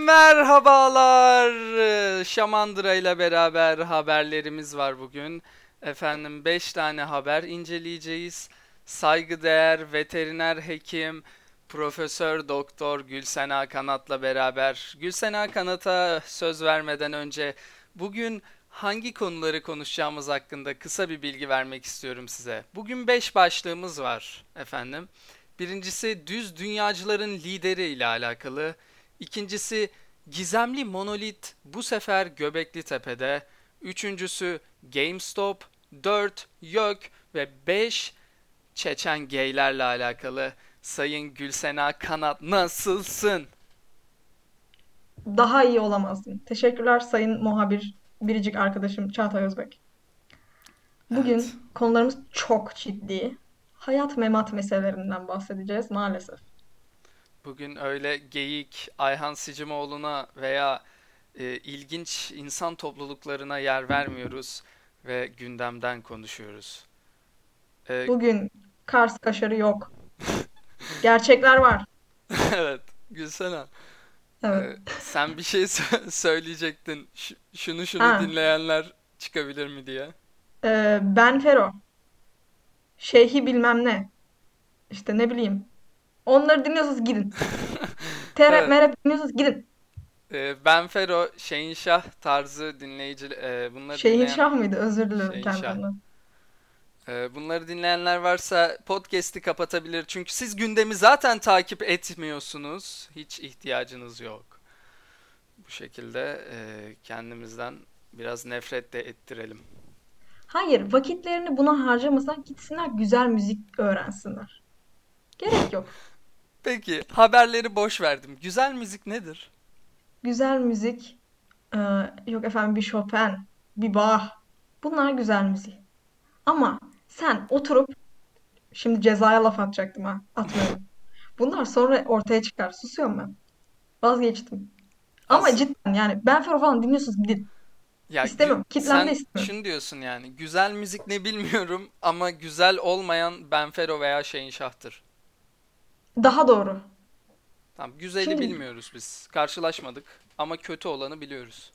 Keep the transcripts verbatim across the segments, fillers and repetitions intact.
Merhabalar. Şamandıra ile beraber haberlerimiz var bugün. Efendim beş tane haber inceleyeceğiz. Saygıdeğer veteriner hekim Profesör Doktor Gülsena Kanat'la beraber. Gülsena Kanat'a söz vermeden önce bugün hangi konuları konuşacağımız hakkında kısa bir bilgi vermek istiyorum size. Bugün beş başlığımız var efendim. Birincisi düz dünyacıların lideri ile alakalı. İkincisi gizemli monolit bu sefer Göbekli Tepe'de. Üçüncüsü GameStop. Dört YÖK ve beş Çeçen geylerle alakalı. Sayın Gülsena Kanat nasılsın? Daha iyi olamazdım. Teşekkürler sayın muhabir, biricik arkadaşım Çağatay Özbek. Evet. Bugün konularımız çok ciddi. Hayat memat meselelerinden bahsedeceğiz maalesef. Bugün öyle geyik, Ayhan Sicimoğlu'na veya e, ilginç insan topluluklarına yer vermiyoruz ve gündemden konuşuyoruz. E, Bugün Kars kaşarı yok. Gerçekler var. evet, Gülsena. Evet. Ee, sen bir şey sö- söyleyecektin. Ş- şunu şunu Ha, dinleyenler çıkabilir mi diye. e, Ben Fero. Şeyhi bilmem ne. İşte ne bileyim. Onları dinliyorsanız gidin. Terep Evet. merep dinliyorsanız gidin. e, Ben Fero, Şehinşah tarzı dinleyici, e, bunları Şeyhin dinleyen Şah mıydı? Özür dilerim Şehinşah. kendimden. E, bunları dinleyenler varsa podcast'i kapatabilir. Çünkü siz gündemi zaten takip etmiyorsunuz. Hiç ihtiyacınız yok. Bu şekilde e, kendimizden biraz nefret de ettirelim. Hayır, vakitlerini buna harcamasan gitsinler güzel müzik öğrensinler. Gerek yok. Peki, haberleri boş verdim. Güzel müzik nedir? Güzel müzik, e, yok efendim bir Chopin, bir Bach. Bunlar güzel müzik. Ama sen oturup, şimdi cezaya laf atacaktım ha, atmıyorum. Bunlar sonra ortaya çıkar. Susuyorum ben. Vazgeçtim. Ama As cidden yani Ben Fero falan dinliyorsunuz gidin. Ya gü- İstemiyorum. Kitlemde sen istemiyorum. şunu diyorsun yani güzel müzik ne bilmiyorum ama güzel olmayan Benfero veya Şehinşah'tır. Daha doğru. Tamam, güzeli Şimdi bilmiyoruz biz. Karşılaşmadık ama kötü olanı biliyoruz.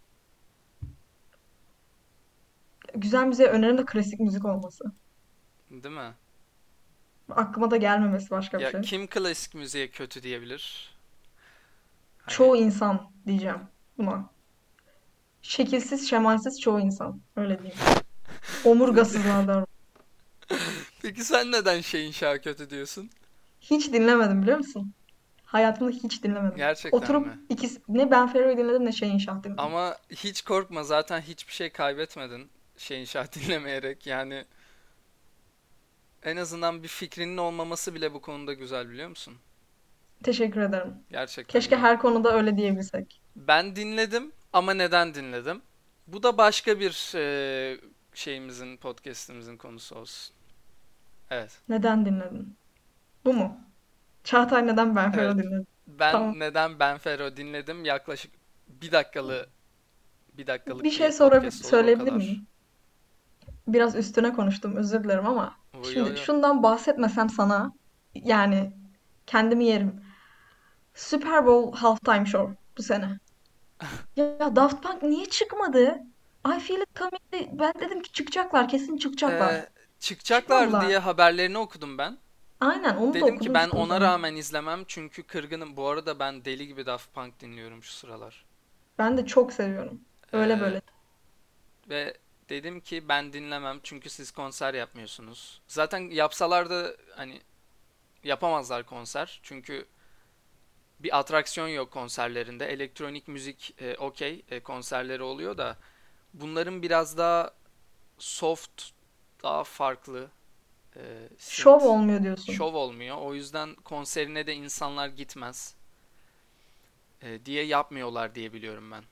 güzel müziğe önerim de klasik müzik olması. Değil mi? Aklıma da gelmemesi başka bir Ya şey. kim klasik müziğe kötü diyebilir? Hani Çoğu insan diyeceğim buna. Şekilsiz, şemalsiz çoğu insan. Öyle diyeyim. Omurgasızlardan. peki sen neden Şehinşah'a kötü diyorsun? Hiç dinlemedim biliyor musun? Hayatımda hiç dinlemedim. Gerçekten Oturup mi? ikisi, ne Ben Fero'yu dinledim ne Şeyin Şah dinledim. Ama hiç korkma, zaten hiçbir şey kaybetmedin Şehinşah dinlemeyerek. Yani en azından bir fikrinin olmaması bile bu konuda güzel, biliyor musun? Teşekkür ederim. Gerçekten Keşke iyi. her konuda öyle diyebilsek. Ben dinledim ama neden dinledim? Bu da başka bir e, şeyimizin, podcast'imizin konusu olsun. Evet. Neden dinledin? Bu mu? Çağatay neden Ben Evet. Fero dinledi? Tamam. Ben neden Benfero dinledim? Yaklaşık bir dakikalı bir Bir dakikalık şey bir sorabilir, podcast olur, o söyleyebilir kadar. miyim? Biraz üstüne konuştum, özür dilerim ama Yo yo şimdi yo. şundan bahsetmesem sana yani kendimi yerim. Super Bowl halftime show bu sene. Ya Daft Punk niye çıkmadı? I Feel It Coming'de ben dedim ki çıkacaklar, kesin çıkacaklar. Ee, çıkacaklar Çıkmadılar. diye haberlerini okudum ben. Aynen onu da Dedim ki okudum ben işte o ona zaman. rağmen izlemem çünkü kırgınım. Bu arada ben deli gibi Daft Punk dinliyorum şu sıralar. Ben de çok seviyorum. Öyle Ee, böyle. Ve dedim ki ben dinlemem çünkü siz konser yapmıyorsunuz. Zaten yapsalar da hani yapamazlar konser. Çünkü bir atraksiyon yok konserlerinde. Elektronik müzik e, okey, e, konserleri oluyor da bunların biraz daha soft, daha farklı, e, Şov synth, olmuyor diyorsun. şov olmuyor. O yüzden konserine de insanlar gitmez e, diye yapmıyorlar diye biliyorum ben.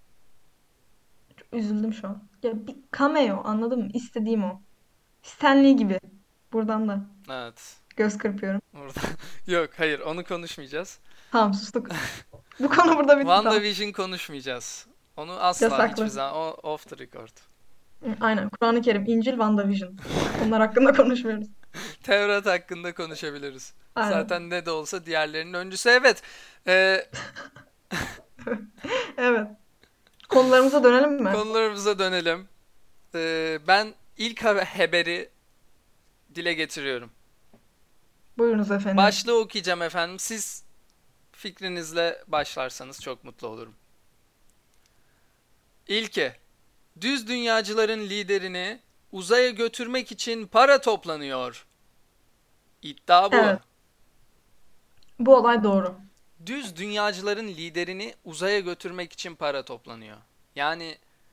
Üzüldüm şu an. Ya bir cameo anladın mı? İstediğim o. Stanley gibi. Buradan da Evet. göz kırpıyorum. Orada yok, hayır, onu konuşmayacağız. Tamam sustuk. Bu konu burada bitti tamam. WandaVision konuşmayacağız. Onu asla, hiçbir Yasaklı. zaman, o off the record. Hı, aynen. Kur'an-ı Kerim, İncil, WandaVision. Bunlar hakkında konuşmuyoruz. Tevrat hakkında konuşabiliriz. Aynen. Zaten ne de olsa diğerlerinin öncüsü. Evet. Ee, Evet. Konularımıza dönelim mi? Konularımıza dönelim. Ee, ben ilk haber- haberi dile getiriyorum. Buyurunuz efendim. Başlığı okuyacağım efendim. Siz fikrinizle başlarsanız çok mutlu olurum. İlki, düz dünyacıların liderini uzaya götürmek için para toplanıyor. İddia bu. Evet, bu olay doğru. Düz dünyacıların liderini uzaya götürmek için para toplanıyor. Yani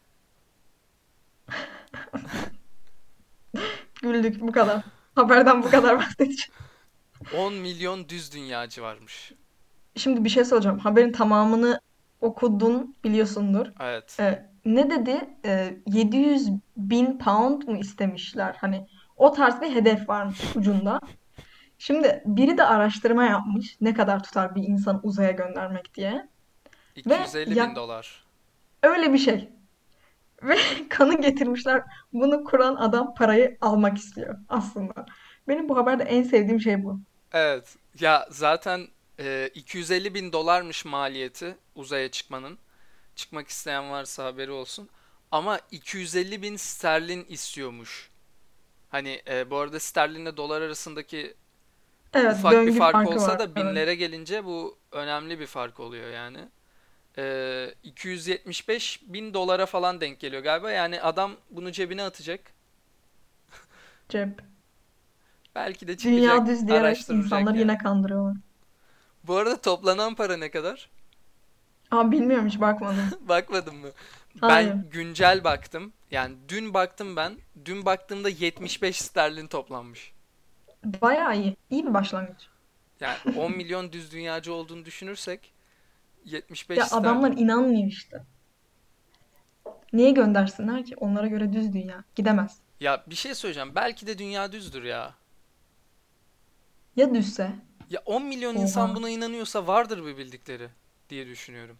Güldük bu kadar. Haberden bu kadar bahsedeceğim. on milyon düz dünyacı varmış. Şimdi bir şey soracağım. Haberin tamamını okudun biliyorsundur. Evet. Ee, ne dedi? Ee, yedi yüz bin pound mu istemişler? Hani o tarz bir hedef varmış ucunda. Şimdi biri de araştırma yapmış. Ne kadar tutar bir insanı uzaya göndermek diye. Ve iki yüz elli bin ya dolar. öyle bir şey. Ve kanı getirmişler. Bunu kuran adam parayı almak istiyor aslında. Benim bu haberde en sevdiğim şey bu. Evet. Ya zaten e, iki yüz elli bin dolarmış maliyeti uzaya çıkmanın. Çıkmak isteyen varsa haberi olsun. Ama iki yüz elli bin sterlin istiyormuş. Hani e, bu arada sterlinle dolar arasındaki Evet, ufak bir döngü fark farkı olsa var. da Evet. binlere gelince bu önemli bir fark oluyor yani. E, iki yüz yetmiş beş bin dolara falan denk geliyor galiba. Yani adam bunu cebine atacak. Cep. Belki de çıkacak, Dünya düz diyerek araştıracak insanları yani. yine kandırıyorlar. Bu arada toplanan para ne kadar? Ama bilmiyorum, hiç bakmadım. Bakmadın mı? Ben Hayır. güncel baktım. Yani dün baktım ben. Dün baktığımda yetmiş beş sterlin toplanmış. Bayağı iyi. İyi bir başlangıç. Yani on milyon düz dünyacı olduğunu düşünürsek yetmiş beş Ya adamlar sterlin. inanmıyor işte. Niye göndersinler ki? Onlara göre düz dünya. Gidemez. Ya bir şey söyleyeceğim. Belki de dünya düzdür ya. Ya düzse? Ya on milyon insan Oha. buna inanıyorsa vardır bir bildikleri diye düşünüyorum.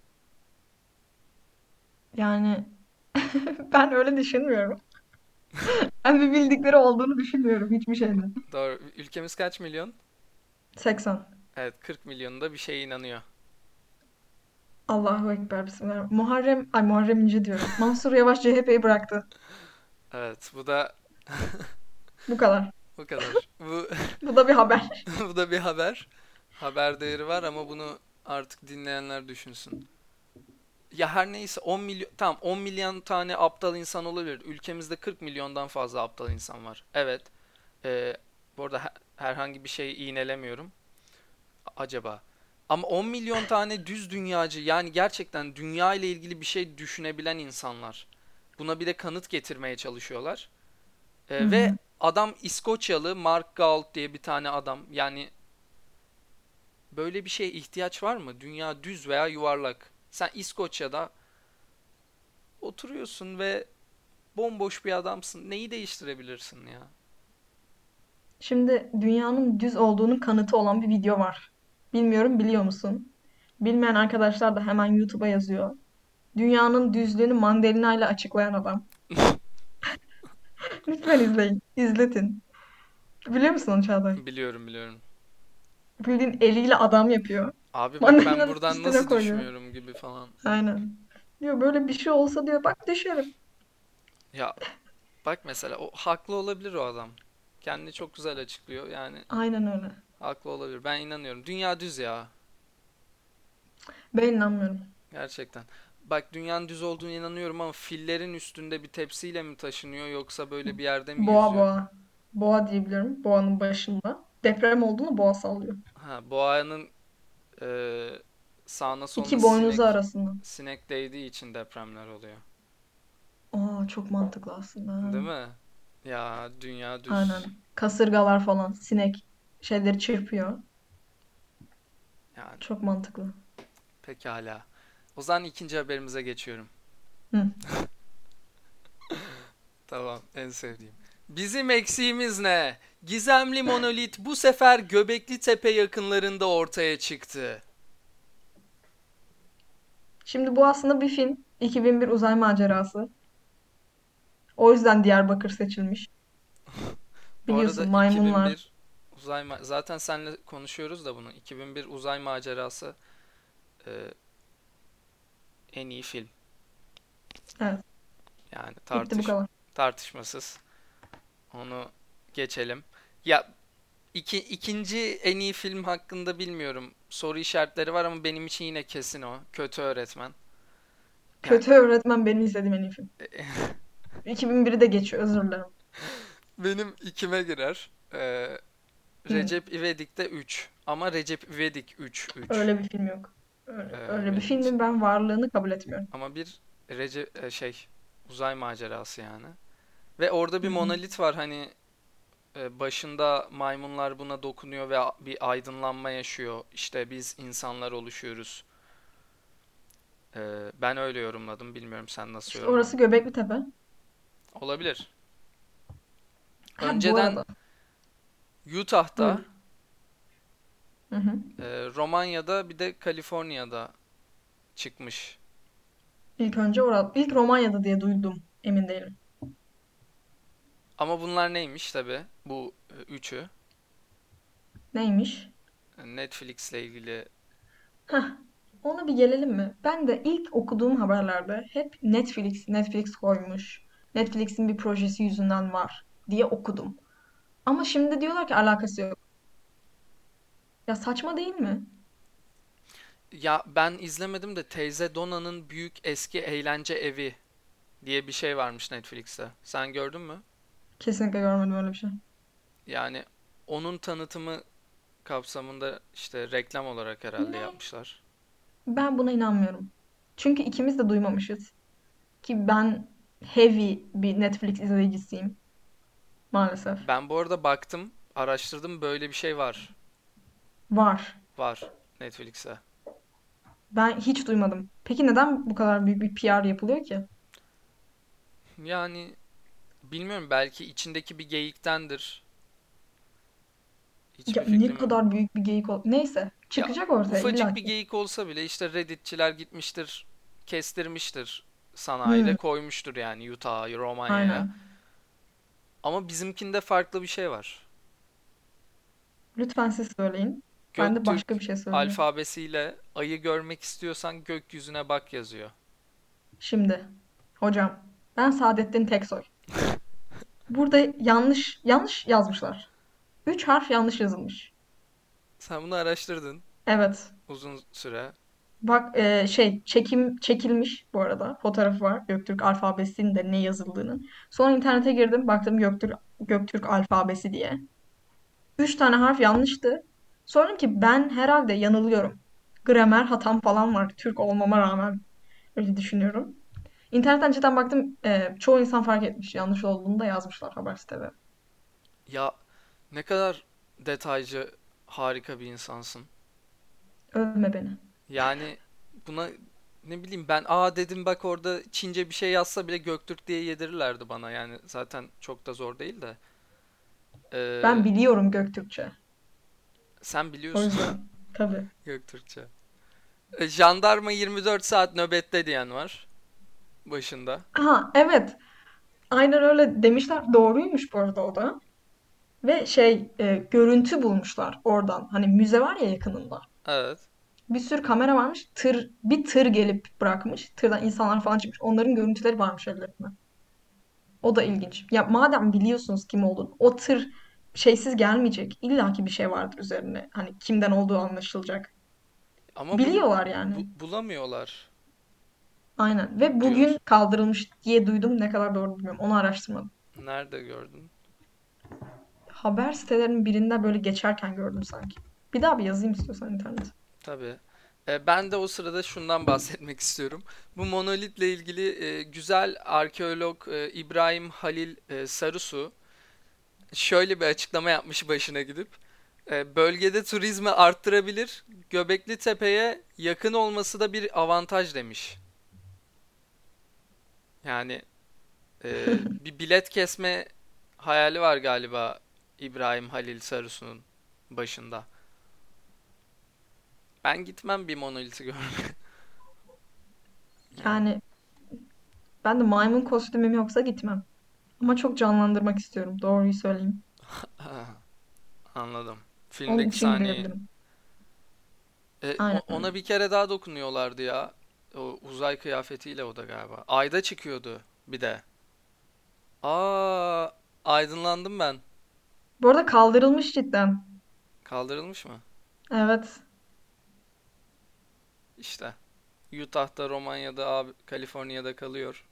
Yani ben öyle düşünmüyorum. Ben bir bildikleri olduğunu düşünmüyorum hiçbir şeyden. Doğru. Ülkemiz kaç milyon? seksen. Evet, kırk milyonunda bir şeye inanıyor. Allahu Ekber, Bismillah. Muharrem, ay Muharrem İnce diyorum. Mansur Yavaş C H P'yi bıraktı. Evet, bu da Bu kadar. bu kadar. Bu Bu da bir haber. bu da bir haber. Haber değeri var ama bunu artık dinleyenler düşünsün. Ya her neyse on milyon tamam on milyon tane aptal insan olabilir. Ülkemizde kırk milyondan fazla aptal insan var. Evet. Ee, Bu arada he- herhangi bir şey iğnelemiyorum. A- Acaba. Ama on milyon tane düz dünyacı yani gerçekten dünya ile ilgili bir şey düşünebilen insanlar. Buna bir de kanıt getirmeye çalışıyorlar. Hı Ee, ve hı. adam İskoçyalı Mark Gault diye bir tane adam. Yani böyle bir şeye ihtiyaç var mı? Dünya düz veya yuvarlak. Sen İskoçya'da oturuyorsun ve bomboş bir adamsın. Neyi değiştirebilirsin ya? Şimdi dünyanın düz olduğunun kanıtı olan bir video var. Bilmiyorum, biliyor musun? Bilmeyen arkadaşlar da hemen YouTube'a yazıyor. Dünyanın düzlüğünü mandalina ile açıklayan adam. Lütfen izleyin. İzletin. Biliyor musun onu Çağatay? Biliyorum biliyorum. Bildiğin eliyle adam yapıyor. Abi bak ben Mandalina'nın buradan üstüne nasıl koyuyor. düşmüyorum gibi falan. Aynen. Diyor böyle bir şey olsa diyor bak düşerim. Ya bak mesela o haklı olabilir o adam. Kendini çok güzel açıklıyor. Yani Aynen öyle. haklı olabilir. Ben inanıyorum. Dünya düz ya. Ben inanmıyorum. Gerçekten. Bak dünyanın düz olduğunu inanıyorum ama fillerin üstünde bir tepsiyle mi taşınıyor yoksa böyle bir yerde mi Boğa yüzüyor? boğa. Boğa diye biliyorum. Boğanın başında. Deprem olduğunu boğa sallıyor. Ha, boğanın eee sağına soluna İki boynuzu sinek arasında. sinek değdiği için depremler oluyor. Aa, çok mantıklı aslında. Ha. Değil mi? Ya dünya Aynen. düz. Kasırgalar falan. Sinek şeyleri çırpıyor. Yani Çok mantıklı. pekala. O zaman ikinci haberimize geçiyorum. Hı. Tamam, en sevdiğim. Bizim eksiğimiz ne? Gizemli monolit bu sefer Göbekli Tepe yakınlarında ortaya çıktı. Şimdi bu aslında bir film. iki bin bir Uzay Macerası. O yüzden Diyarbakır seçilmiş. Bu arada Biliyorsun maymunlar. iki bin bir uzay ma- zaten seninle konuşuyoruz da bunu. iki bin bir uzay macerası e, en iyi film. Evet. Yani Bitti bu tartış kadar. tartışmasız. Onu geçelim. Ya iki, ikinci en iyi film hakkında bilmiyorum. Soru işaretleri var ama benim için yine kesin o. Kötü Öğretmen. Yani Kötü Öğretmen benim izlediğim en iyi film. iki bin biri de geçiyor, özür dilerim. benim ikime girer. Ee, Hı, Recep İvedik'te üç. Ama Recep İvedik üç üç. öyle bir film yok. Öyle, Ee, öyle bir benim için. filmin ben varlığını kabul etmiyorum. Ama bir Recep e, şey uzay macerası yani. Ve orada Hı bir hı. monolit var hani e, başında maymunlar buna dokunuyor ve a- bir aydınlanma yaşıyor. İşte biz insanlar oluşuyoruz. Ee, ben öyle yorumladım. Bilmiyorum sen nasıl İşte orası yorumladın. Göbekli Tepe. Olabilir. Ha bu Önceden arada. Utah'ta, Buyur. Hı hı. e, Romanya'da bir de Kaliforniya'da çıkmış. İlk önce orada. İlk Romanya'da diye duydum. Emin değilim. Ama bunlar neymiş tabii bu e, üçü. Neymiş? Netflix'le ilgili. Heh. Ona bir gelelim mi? Ben de ilk okuduğum haberlerde hep Netflix, Netflix koymuş. Netflix'in bir projesi yüzünden var diye okudum. Ama şimdi diyorlar ki alakası yok. Ya saçma değil mi? Ya ben izlemedim de teyze Dona'nın büyük eski eğlence evi diye bir şey varmış Netflix'te. Sen gördün mü? Kesinlikle görmedim öyle bir şey. Yani onun tanıtımı kapsamında işte reklam olarak herhalde Ne? yapmışlar. Ben buna inanmıyorum. Çünkü ikimiz de duymamışız. Ki ben heavy bir Netflix izleyicisiyim maalesef. Ben bu arada baktım, araştırdım böyle bir şey var. Var. Var Netflix'te. Ben hiç duymadım. Peki neden bu kadar büyük bir P R yapılıyor ki? Yani bilmiyorum belki içindeki bir geyiktendir. Ya Hiçbir ne fikrim yok. kadar büyük bir geyik ol. Neyse, Ya çıkacak ortaya ufacık bir illaki. geyik olsa bile işte Redditçiler gitmiştir, kestirmiştir sanayide Hmm, koymuştur yani Utah'a, Romanya'ya. aynen. Ama bizimkinde farklı bir şey var. Lütfen siz söyleyin. Ben de Göktürk başka bir şey söyleyeceğim. alfabesiyle ayı görmek istiyorsan gökyüzüne bak yazıyor. Şimdi, hocam, ben Saadettin Teksoy. Burada yanlış yanlış yazmışlar. Üç harf yanlış yazılmış. Sen bunu araştırdın Evet. uzun süre. Bak e, şey çekim çekilmiş bu arada. Fotoğrafı var. Göktürk alfabesinde ne yazıldığının. Sonra internete girdim. Baktım Göktürk, Göktürk alfabesi diye. Üç tane harf yanlıştı. Sonra dedim ki ben herhalde yanılıyorum. Gramer hatam falan var. Türk olmama rağmen öyle düşünüyorum. İnternetten cidden baktım. E, çoğu insan fark etmiş. Yanlış olduğunu da yazmışlar haber sitede. Ya ne kadar detaycı, harika bir insansın. Övme beni. Yani buna ne bileyim ben aa dedim bak orada Çince bir şey yazsa bile Göktürk diye yedirirlerdi bana. Yani zaten çok da zor değil de. Ben Ee, biliyorum Göktürkçe. sen O biliyorsun yüzden. Tabii. Göktürkçe. E, jandarma yirmi dört saat nöbette diyen var başında. Aha evet. Aynen öyle demişler. Doğruymuş bu arada o da. Ve şey e, görüntü bulmuşlar oradan. Hani müze var ya yakınında. Evet. Bir sürü kamera varmış. Tır bir tır gelip bırakmış. Tırdan insanlar falan çıkmış. Onların görüntüleri varmış ellerinde. O da ilginç. Ya madem biliyorsunuz kim olduğunu, o tır şeysiz gelmeyecek. İlla ki bir şey vardır üzerine. Hani kimden olduğu anlaşılacak. Ama bunu Biliyorlar yani. bu- bulamıyorlar Aynen. Ve bugün diyor. kaldırılmış diye duydum. Ne kadar doğru bilmiyorum. Onu araştırmadım. Nerede gördün? Haber sitelerinin birinde böyle geçerken gördüm sanki. Bir daha bir yazayım istiyorsan internet. Tabii. E, ben de o sırada şundan bahsetmek istiyorum. Bu monolitle ilgili e, güzel arkeolog e, İbrahim Halil e, Sarısu şöyle bir açıklama yapmış başına gidip. E, bölgede turizmi arttırabilir, Göbekli Tepe'ye yakın olması da bir avantaj demiş. Yani e, bir bilet kesme hayali var galiba İbrahim Halil Sarısu'nun başında. Ben gitmem bir monoliti görmeye. Yani. Yani ben de maymun kostümüm yoksa gitmem. Ama çok canlandırmak istiyorum. Doğruyu söyleyeyim. Anladım. Onun Filmdeki için sahneyi. gidebilirim. E, o- Aynen öyle. ona bir kere daha dokunuyorlardı ya. O uzay kıyafetiyle o da galiba. Ayda çıkıyordu bir de. Aa, aydınlandım ben. Bu arada kaldırılmış cidden. Kaldırılmış mı? Evet. İşte. Utah'ta, Romanya'da, abi, Kaliforniya'da kalıyor.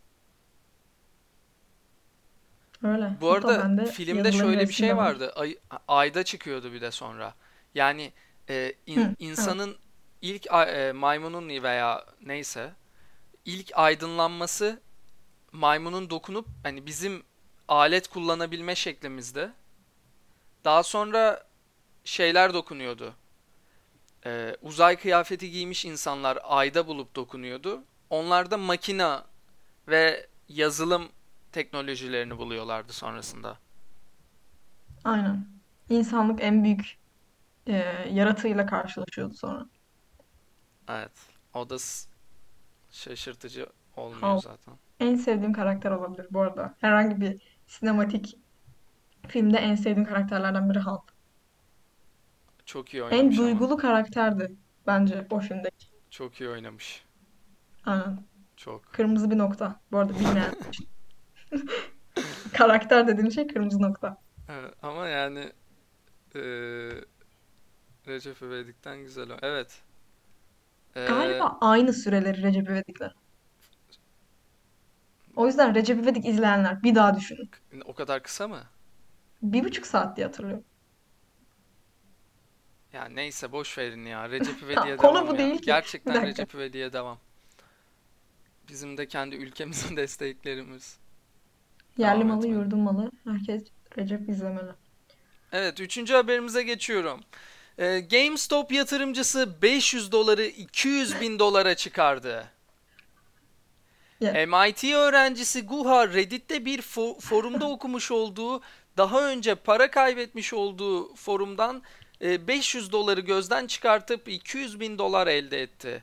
Öyle. Bu Hatta arada bende filmde yazılı bir şöyle bir resim de şey var. vardı. Ay, ayda çıkıyordu bir de sonra. Yani e, in- Hı, evet. insanın ilk ay- e, maymunun veya neyse ilk aydınlanması maymunun dokunup hani bizim alet kullanabilme şeklimizde. Daha sonra şeyler dokunuyordu. Ee, uzay kıyafeti giymiş insanlar ayda bulup dokunuyordu. Onlar da makina ve yazılım teknolojilerini buluyorlardı sonrasında. Aynen. İnsanlık en büyük e, yaratığıyla karşılaşıyordu sonra. Evet. O da s- şaşırtıcı olmuyor Hulk. zaten. En sevdiğim karakter olabilir bu arada. Herhangi bir sinematik filmde en sevdiğim karakterlerden biri Hulk. Çok iyi En oynamış ama. duygulu karakterdi bence o filmdeki. Çok iyi oynamış. Aynen. Çok. Kırmızı bir nokta. Bu arada bilmeyen için. Karakter dediğim şey kırmızı nokta. Evet, ama yani eee Recep İvedik'ten güzel o. Evet. Eee, Galiba aynı süreleri Recep İvedik'le. O yüzden Recep İvedik izleyenler bir daha düşünün. o kadar kısa mı? Bir buçuk saat diye hatırlıyorum. Ya neyse boş verin ya. Recep Tamam, İvedik'e konu devam bu ya. değil ki. Bir Gerçekten dakika. Recep İvedik'e devam. Bizim de kendi ülkemizin desteklerimiz. Yerli Devam malı, etmeli. yurdum malı. Herkes Recep izlemeli. Evet, üçüncü haberimize geçiyorum. Ee, GameStop yatırımcısı beş yüz doları iki yüz bin dolara çıkardı. Ya, M I T öğrencisi Guha Reddit'te bir fo- forumda okumuş olduğu, daha önce para kaybetmiş olduğu forumdan e, beş yüz doları gözden çıkartıp iki yüz bin dolar elde etti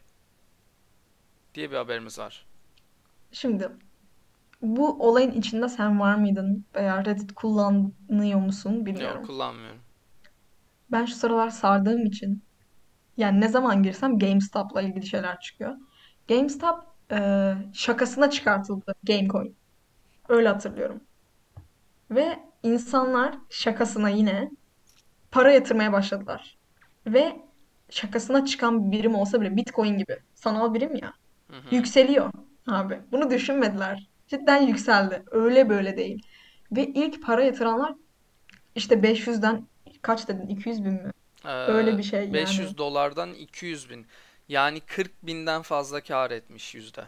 diye bir haberimiz var. şimdi bu olayın içinde sen var mıydın veya Reddit kullanıyor musun Yok, bilmiyorum. kullanmıyorum. Ben şu sıralar sardığım için yani ne zaman girsem GameStop'la ilgili şeyler çıkıyor. GameStop e, şakasına çıkartıldı Gamecoin. Öyle hatırlıyorum. Ve insanlar şakasına yine para yatırmaya başladılar. Ve şakasına çıkan bir birim olsa bile Bitcoin gibi sanal birim ya Hı hı. yükseliyor abi. Bunu düşünmediler. Cidden yükseldi. Öyle böyle değil. Ve ilk para yatıranlar işte beş yüzden kaç dedin? iki yüz bin mi? Öyle Ee, bir şey yani. beş yüz dolardan iki yüz bin. Yani kırk binden fazla kar etmiş yüzde.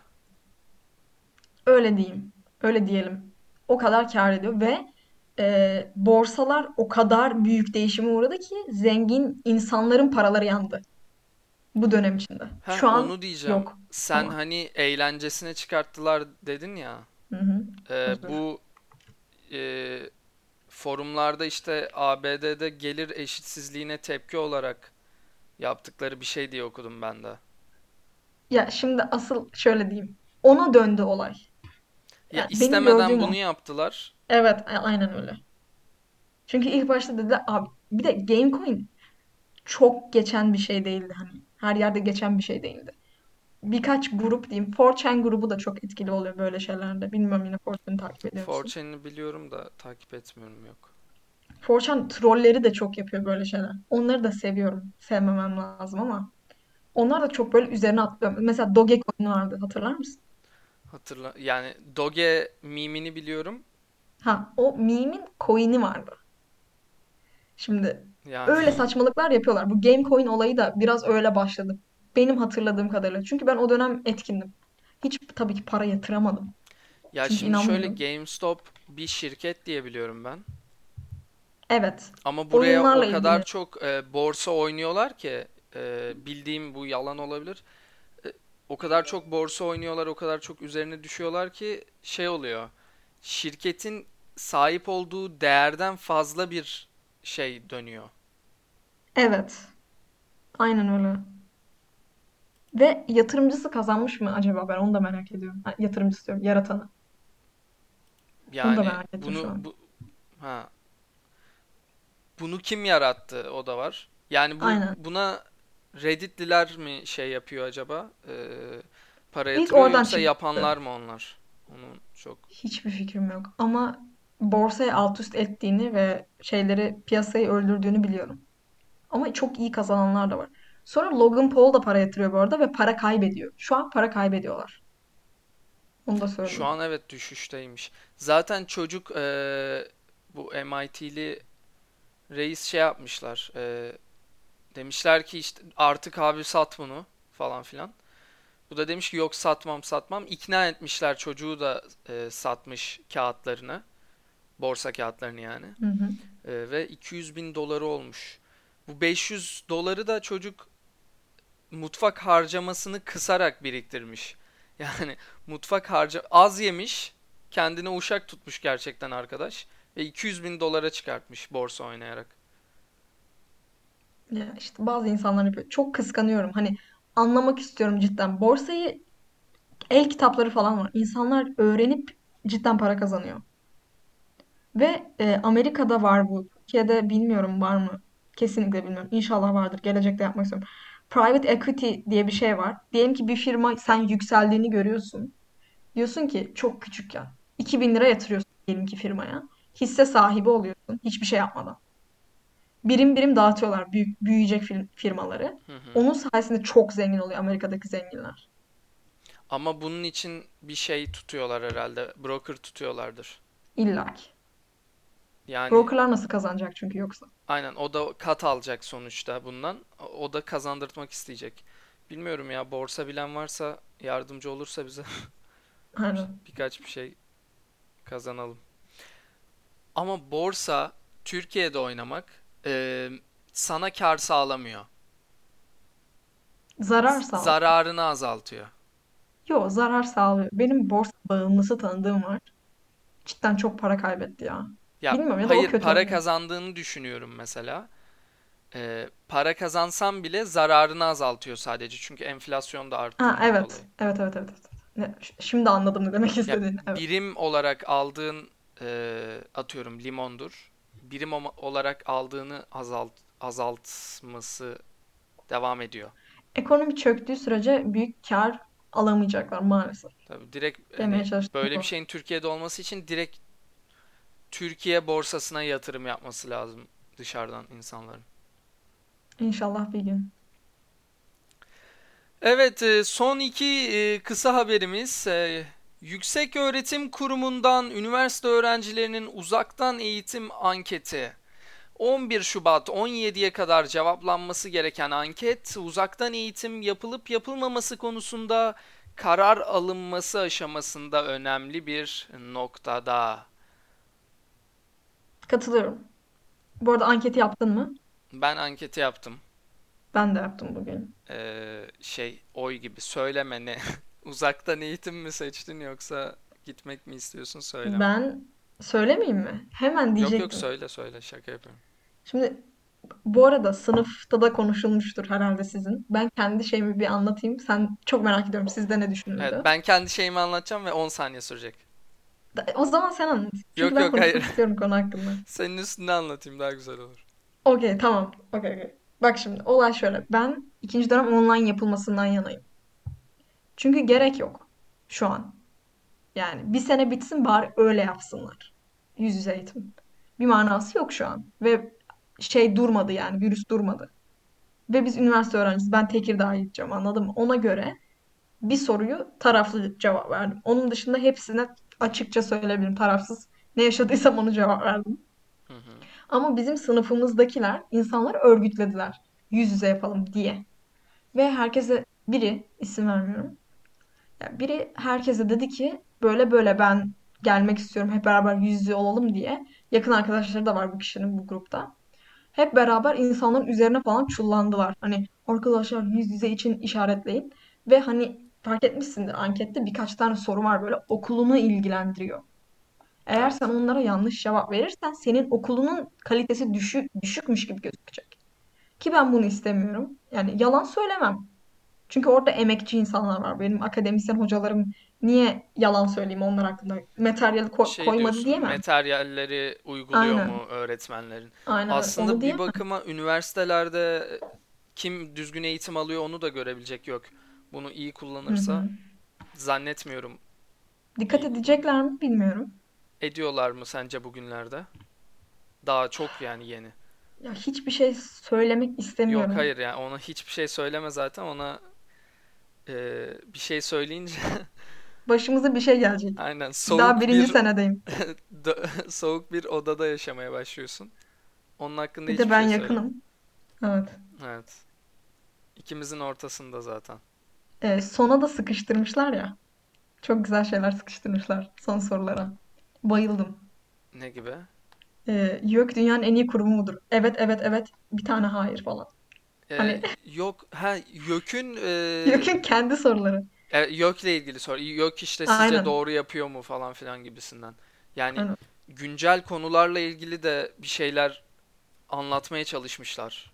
Öyle diyeyim. Öyle diyelim. O kadar kâr ediyor ve e, borsalar o kadar büyük değişime uğradı ki zengin insanların paraları yandı bu dönem içinde. Ha, Şu an onu diyeceğim. yok Sen ama. hani eğlencesine çıkarttılar dedin ya. Hı hı. Ee, Özür. bu e, forumlarda işte A B D'de gelir eşitsizliğine tepki olarak yaptıkları bir şey diye okudum ben de. Ya şimdi asıl şöyle diyeyim. Ona döndü olay. Ya Yani benim istemeden gördüğüm bunu o. yaptılar. Evet, a- aynen öyle. Çünkü ilk başta dediler abi bir de Gamecoin çok geçen bir şey değildi hani. Her yerde geçen bir şey değildi. Birkaç grup diyeyim. four chan grubu da çok etkili oluyor böyle şeylerde. Bilmiyorum yine four chan'ı takip ediyor musun? four chan'ı biliyorum da takip etmiyorum, yok. four chan trolleri de çok yapıyor böyle şeyler. Onları da seviyorum. Sevmemem lazım ama. Onlar da çok böyle üzerine atlıyor. Mesela Dogecoin vardı hatırlar mısın? Hatırla, yani Doge mimini biliyorum. Ha o meme'in coin'i vardı. Şimdi Yani öyle saçmalıklar yapıyorlar. Bu Gamecoin olayı da biraz öyle başladı. Benim hatırladığım kadarıyla. Çünkü ben o dönem etkindim. Hiç tabii ki para yatıramadım. ya Çünkü şimdi şöyle, inanmıyorum. GameStop bir şirket diye biliyorum ben. Evet. Ama buraya o Oyunlarla kadar ilgili. çok e, borsa oynuyorlar ki e, bildiğim bu yalan olabilir. E, O kadar çok borsa oynuyorlar, o kadar çok üzerine düşüyorlar ki şey oluyor. Şirketin sahip olduğu değerden fazla bir şey dönüyor. Evet. Aynen öyle. Ve yatırımcısı kazanmış mı acaba? Ben onu da merak ediyorum. Ha, yatırımcısı diyorum. Yaratanı. Onu da Yani merak ettim şu bunu an. bu ha bunu kim yarattı, o da var. Yani bu Aynen. buna Redditliler mi şey yapıyor acaba? Ee, para İlk yatırıyor oradan yoksa çıktı. yapanlar mı onlar? Onu çok Hiçbir fikrim yok. Ama borsayı alt üst ettiğini ve şeyleri piyasayı öldürdüğünü biliyorum. Ama çok iyi kazananlar da var. Sonra Logan Paul da para yatırıyor bu arada ve para kaybediyor. Şu an para kaybediyorlar. Onu da şu söyleyeyim. an evet düşüşteymiş. Zaten çocuk ee, bu M I T'li reis şey yapmışlar. Ee, demişler ki işte artık abi sat bunu falan filan. Bu da demiş ki yok satmam satmam. İkna etmişler çocuğu da e, satmış kağıtlarını. Borsa kağıtlarını yani. Hı hı. E, ve iki yüz bin doları olmuş. Bu beş yüz doları da çocuk mutfak harcamasını kısarak biriktirmiş. Yani mutfak harca az yemiş, kendine uşak tutmuş gerçekten arkadaş ve iki yüz bin dolara çıkartmış borsa oynayarak. Ya işte bazı insanlar yapıyor. Çok kıskanıyorum. Hani anlamak istiyorum cidden. Borsayı el kitapları falan var. İnsanlar öğrenip cidden para kazanıyor. Ve e, Amerika'da var bu. Türkiye'de bilmiyorum var mı? Kesinlikle bilmiyorum. İnşallah vardır. Gelecekte yapmak istiyorum. Private equity diye bir şey var. Diyelim ki bir firma sen yükseldiğini görüyorsun. Diyorsun ki çok küçükken iki bin lira yatırıyorsun diyelim ki firmaya. Hisse sahibi oluyorsun hiçbir şey yapmadan. Birim birim dağıtıyorlar büyük, büyüyecek fir- firmaları. Hı hı. Onun sayesinde çok zengin oluyor Amerika'daki zenginler. Ama bunun için bir şey tutuyorlar herhalde. Broker tutuyorlardır. İlla ki. Yani Brokerlar nasıl kazanacak çünkü yoksa. aynen o da kat alacak sonuçta bundan. O da kazandırtmak isteyecek. Bilmiyorum ya borsa bilen varsa yardımcı olursa bize Aynen. birkaç bir şey kazanalım. Ama borsa Türkiye'de oynamak e, sana kar sağlamıyor. Zarar Z- sağlıyor. zararını azaltıyor. Yok zarar sağlıyor. Benim borsa bağımlısı tanıdığım var. Cidden çok para kaybetti ya. Ya Bilmiyorum ya da o hayır kötü para oynuyor. kazandığını düşünüyorum mesela. E, para kazansam bile zararını azaltıyor sadece. Çünkü enflasyon da Ha arttığından evet. dolayı. Evet evet evet. evet. Ne- ş- Şimdi anladım ne demek Ya istediğini. Evet. birim olarak aldığın e, atıyorum limondur. Birim oma- olarak aldığını azalt azaltması devam ediyor. Ekonomi çöktüğü sürece büyük kar alamayacaklar maalesef. Tabii direkt Demeye hani çalıştım böyle bir bu. şeyin Türkiye'de olması için direkt Türkiye borsasına yatırım yapması lazım dışarıdan insanların. İnşallah bir gün. Evet, e, son iki e, kısa haberimiz. E, Yüksek Öğretim Kurumu'ndan üniversite öğrencilerinin uzaktan eğitim anketi. on bir Şubat on yediye kadar cevaplanması gereken anket, uzaktan eğitim yapılıp yapılmaması konusunda karar alınması aşamasında önemli bir noktada. Katılıyorum. Bu arada anketi yaptın mı? Ben anketi yaptım. Ben de yaptım bugün. Ee, şey oy gibi söyleme ne? Uzaktan eğitim mi seçtin yoksa gitmek mi istiyorsun söyleme. Ben söylemeyeyim mi? Hemen Yok yok diyecektim. söyle söyle şaka yapıyorum. Şimdi bu arada sınıfta da konuşulmuştur herhalde sizin. Ben kendi şeyimi bir anlatayım. Sen çok merak ediyorum sizde ne Evet düşünüldü. ben kendi şeyimi anlatacağım ve on saniye sürecek. Da- O zaman sen anlat. Çünkü Yok ben yok hayır. konuşmak istiyorum konu hakkında. Senin üstünde anlatayım daha güzel olur. Okey tamam. Okey okey. Bak şimdi olay şöyle. Ben ikinci dönem online yapılmasından yanayım. Çünkü gerek yok şu an. Yani bir sene bitsin bari öyle yapsınlar. Yüz yüze eğitim. Bir manası yok şu an. Ve şey durmadı yani virüs durmadı. Ve biz üniversite öğrencisi. Ben Tekirdağ'a gideceğim anladın mı? Ona göre bir soruyu taraflı cevap verdim. Onun dışında hepsine açıkça söyleyebilirim tarafsız. Ne yaşadıysam onu cevap verdim. Hı hı. Ama bizim sınıfımızdakiler insanları örgütlediler. Yüz yüze yapalım diye. Ve herkese biri isim vermiyorum. Ya biri herkese dedi ki böyle böyle ben gelmek istiyorum hep beraber yüz yüze olalım diye. Yakın arkadaşları da var bu kişinin bu grupta. Hep beraber insanların üzerine falan çullandılar. Hani arkadaşlar yüz yüze için işaretleyin. Ve hani fark etmişsindir ankette birkaç tane soru var böyle okulunu ilgilendiriyor. Eğer sen Evet. onlara yanlış cevap verirsen senin okulunun kalitesi düşük, düşükmüş gibi gözükecek. Ki ben bunu istemiyorum. Yani yalan söylemem. Çünkü orada emekçi insanlar var. Benim akademisyen hocalarım niye yalan söyleyeyim onlar hakkında? Materyal ko- Şey koymadı diyorsun, diyemem. materyalleri uyguluyor Aynen. mu öğretmenlerin? Aynen öyle. Onu Aslında bir diyemem. bakıma üniversitelerde kim düzgün eğitim alıyor onu da görebilecek yok. Bunu iyi Hı kullanırsa hı. zannetmiyorum. Dikkat İyi kullan. edecekler mi bilmiyorum. Ediyorlar mı sence bugünlerde? Daha çok yani yeni. Ya hiçbir şey söylemek Yok istemiyorum. hayır yani ona hiçbir şey söyleme zaten ona e, bir şey söyleyince Başımıza bir şey gelecek. aynen Daha soğuk birinci bir senedeyim. soğuk bir odada yaşamaya başlıyorsun. Onun hakkında Bir de hiçbir ben şey söyleme. yakınım. Evet. Evet. İkimizin ortasında zaten. Ee, sona da sıkıştırmışlar ya. Çok güzel şeyler sıkıştırmışlar son sorulara. Bayıldım. Ne gibi? Ee, YÖK dünyanın en iyi kurumu mudur? Evet, evet, evet. Bir tane hayır falan. Ee, Hani yok ha YÖK'ün e, YÖK'ün kendi soruları. e, YÖK'le ilgili soru. YÖK işte sizce Aynen. doğru yapıyor mu falan filan gibisinden. Yani Aynen. güncel konularla ilgili de bir şeyler anlatmaya çalışmışlar.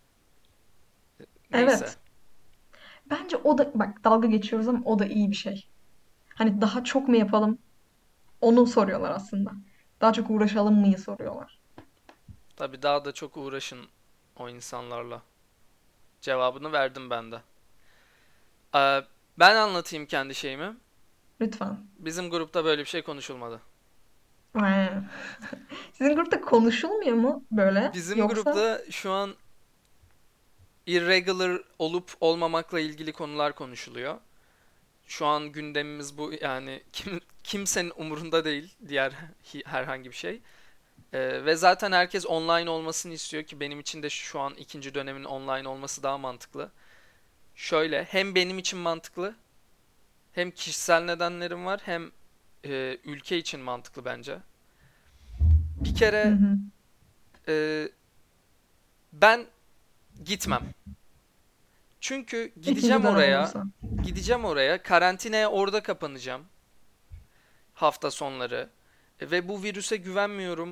Neyse. Evet. Bence o da bak dalga geçiyoruz ama o da iyi bir şey. Hani daha çok mu yapalım? Onu soruyorlar aslında. Daha çok uğraşalım mıyı soruyorlar. Tabii daha da çok uğraşın o insanlarla. Cevabını verdim ben de. Ee, ben anlatayım kendi şeyimi. Lütfen. Bizim grupta böyle bir şey konuşulmadı. Ee, Sizin grupta konuşulmuyor mu böyle? Bizim Yoksa grupta şu an irregular olup olmamakla ilgili konular konuşuluyor. Şu an gündemimiz bu yani kim, kimsenin umurunda değil diğer herhangi bir şey. Ee, ve zaten herkes online olmasını istiyor ki benim için de şu an ikinci dönemin online olması daha mantıklı. Şöyle hem benim için mantıklı hem kişisel nedenlerim var hem e, ülke için mantıklı bence. Bir hı kere hı. e, ben gitmem. Çünkü İkinci gideceğim dönem oraya, olursa. gideceğim oraya, karantinaya orada kapanacağım hafta sonları. E, Ve bu virüse güvenmiyorum.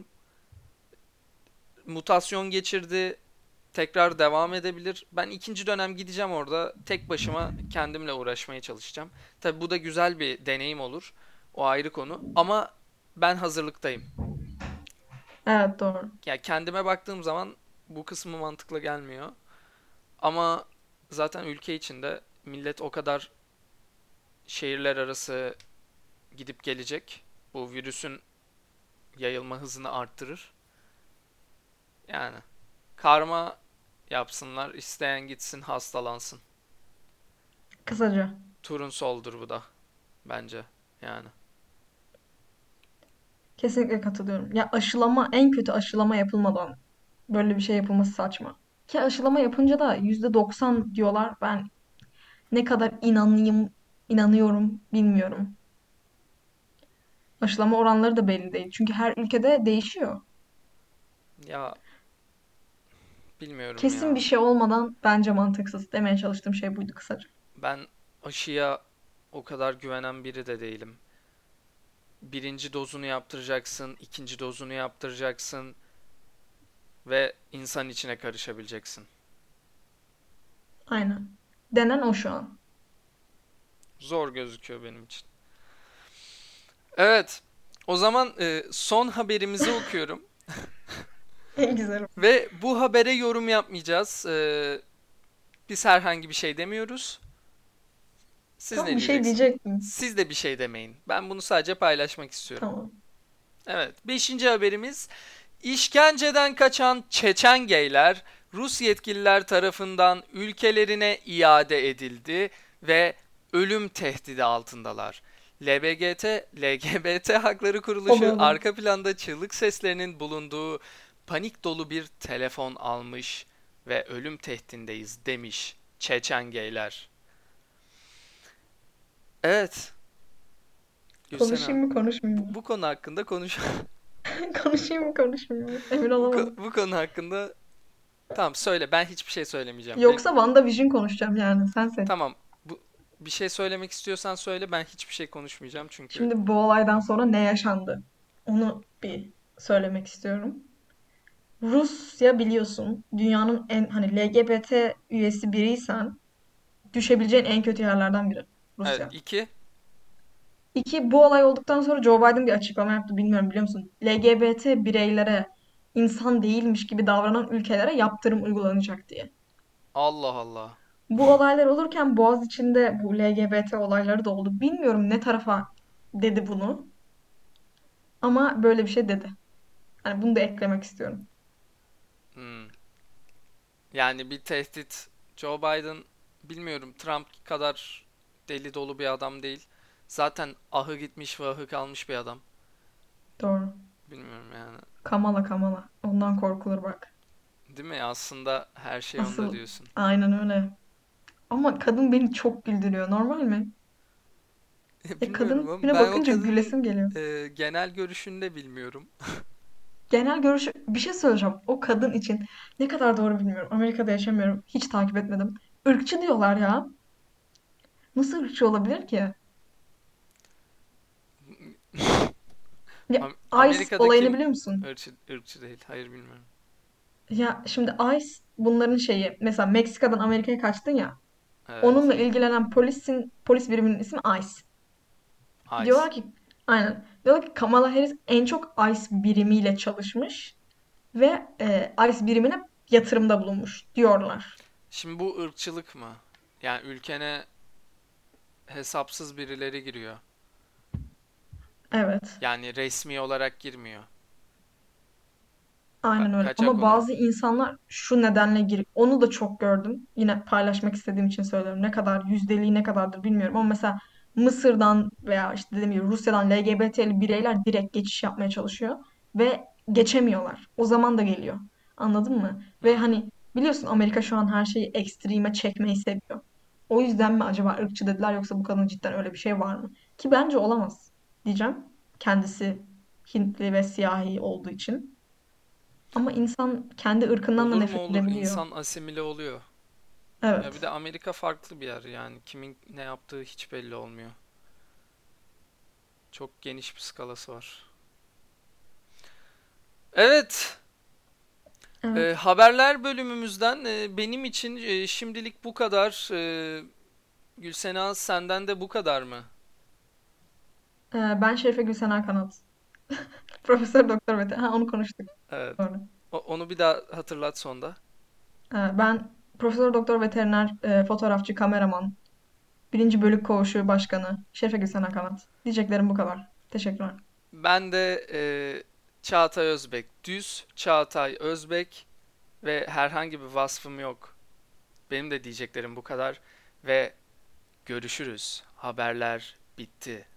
Mutasyon geçirdi, tekrar devam edebilir. Ben ikinci dönem gideceğim orada, tek başıma kendimle uğraşmaya çalışacağım. Tabii bu da güzel bir deneyim olur. O ayrı konu. Ama ben hazırlıktayım. Evet doğru. Ya kendime baktığım zaman bu kısmı mantıklı gelmiyor. Ama zaten ülke içinde millet o kadar şehirler arası gidip gelecek. Bu virüsün yayılma hızını arttırır. Yani karma yapsınlar, isteyen gitsin hastalansın. Kısaca. Turun soldur bu da bence yani. Kesinlikle katılıyorum. Ya aşılama en kötü aşılama yapılmadan böyle bir şey yapılması saçma. Ki aşılama yapınca da yüzde doksan diyorlar. Ben ne kadar inanayım, inanıyorum bilmiyorum. Aşılama oranları da belli değil. Çünkü her ülkede değişiyor. Ya bilmiyorum Kesin bir ya. şey olmadan bence mantıksız. Demeye çalıştığım şey buydu kısaca. Ben aşıya o kadar güvenen biri de değilim. Birinci dozunu yaptıracaksın, ikinci dozunu yaptıracaksın ve insan içine karışabileceksin. Aynen. Denen o şu an. Zor gözüküyor benim için. Evet. O zaman e, son haberimizi okuyorum. En güzel. Ve bu habere yorum yapmayacağız. E, biz herhangi bir şey demiyoruz. Siz Tam ne bir şey diyeceksiniz? diyecektim. Siz de bir şey demeyin. Ben bunu sadece paylaşmak istiyorum. Tamam. Evet. Beşinci haberimiz. İşkenceden kaçan Çeçen geyler Rus yetkililer tarafından ülkelerine iade edildi ve ölüm tehdidi altındalar. L B G T, L G B T Hakları Kuruluşu Olur olur. arka planda çığlık seslerinin bulunduğu panik dolu bir telefon almış ve ölüm tehdidindeyiz demiş Çeçen geyler. Evet, Gülsena, Konuşayım mı konuşmayayım bu, mı? bu konu hakkında konuş. Konuşayım mı konuşmayayım mı? Emin bu, ko- olamadım. bu konu hakkında tamam söyle ben hiçbir şey söylemeyeceğim. E, Yoksa WandaVision konuşacağım yani. Sen seç. Tamam. Bu bir şey söylemek istiyorsan söyle. Ben hiçbir şey konuşmayacağım çünkü Şimdi bu olaydan sonra ne yaşandı? Onu bir söylemek istiyorum. Rusya biliyorsun dünyanın en hani L G B T üyesi biriysen düşebileceğin en kötü yerlerden biri. evet Rusya. iki İki, bu olay olduktan sonra Joe Biden bir açıklama yaptı. Bilmiyorum biliyor musun? L G B T bireylere insan değilmiş gibi davranan ülkelere yaptırım uygulanacak diye. Allah Allah. Bu olaylar olurken Boğaziçi'nde bu L G B T olayları da oldu. Bilmiyorum ne tarafa dedi bunu ama böyle bir şey dedi. Hani bunu da eklemek istiyorum. Hmm. Yani bir tehdit. Joe Biden bilmiyorum Trump kadar deli dolu bir adam değil. Zaten ahı gitmiş ve ahı kalmış bir adam. Doğru. Bilmiyorum yani. Kamala Kamala. Ondan korkulur bak. Değil mi? Aslında her şey onda Asıl diyorsun. aynen öyle. Ama kadın beni çok güldürüyor. Normal mi? Ya Bilmiyorum kadın ama tipine ben o bakınca kadının gülesim geliyor. e, genel görüşünü de bilmiyorum. Genel görüşü bir şey söyleyeceğim. O kadın için ne kadar doğru bilmiyorum. Amerika'da yaşamıyorum. Hiç takip etmedim. Irkçı diyorlar ya. Nasıl ırkçı olabilir ki? Ya Am- ICE olayını Amerika'daki biliyor musun? ırkçı, ırkçı değil. Hayır bilmiyorum. Ya şimdi ICE bunların şeyi. Mesela Meksika'dan Amerika'ya kaçtın ya. Evet. Onunla ilgilenen polisin polis biriminin ismi ICE. Ice. Diyorlar ki aynen. Diyorlar ki Kamala Harris en çok ICE birimiyle çalışmış ve e, ICE birimine yatırımda bulunmuş diyorlar. Şimdi bu ırkçılık mı? Yani ülkene hesapsız birileri giriyor. Evet. Yani resmi olarak girmiyor. Ka- Aynen öyle. kaçak Ama oluyor. bazı insanlar şu nedenle gir. Onu da çok gördüm. Yine paylaşmak istediğim için söylüyorum. Ne kadar yüzdeliği ne kadardır bilmiyorum ama mesela Mısır'dan veya işte dediğim gibi Rusya'dan L G B T'li bireyler direkt geçiş yapmaya çalışıyor ve geçemiyorlar. O zaman da geliyor. Anladın mı? Ve Hmm. hani biliyorsun Amerika şu an her şeyi ekstreme çekmeyi seviyor. O yüzden mi acaba ırkçı dediler yoksa bu kadın cidden öyle bir şey var mı? Ki bence olamaz diyeceğim. Kendisi Hintli ve siyahi olduğu için. Ama insan kendi ırkından da Olur mu nefret olur. edebiliyor. İnsan asimile oluyor. Ya bir Evet. de Amerika farklı bir yer yani. Kimin ne yaptığı hiç belli olmuyor. Çok geniş bir skalası var. Evet. e, Evet. haberler bölümümüzden e, benim için e, şimdilik bu kadar. E, Gülsena senden de bu kadar mı? Ee, ben Şerife Gülsener Kanat. Profesör Doktor Mete. Ha onu konuştuk. Evet. Doğru. O- onu bir daha hatırlat sonda. Ee, ben Profesör Doktor Veteriner e, fotoğrafçı, kameraman, birinci bölük koğuşu başkanı Şerife Gülsener Kanat. Diyeceklerim bu kadar. Teşekkürler. Ben de e, Çağatay Özbek. Düz Çağatay Özbek ve herhangi bir vasfım yok. Benim de diyeceklerim bu kadar ve görüşürüz. Haberler bitti.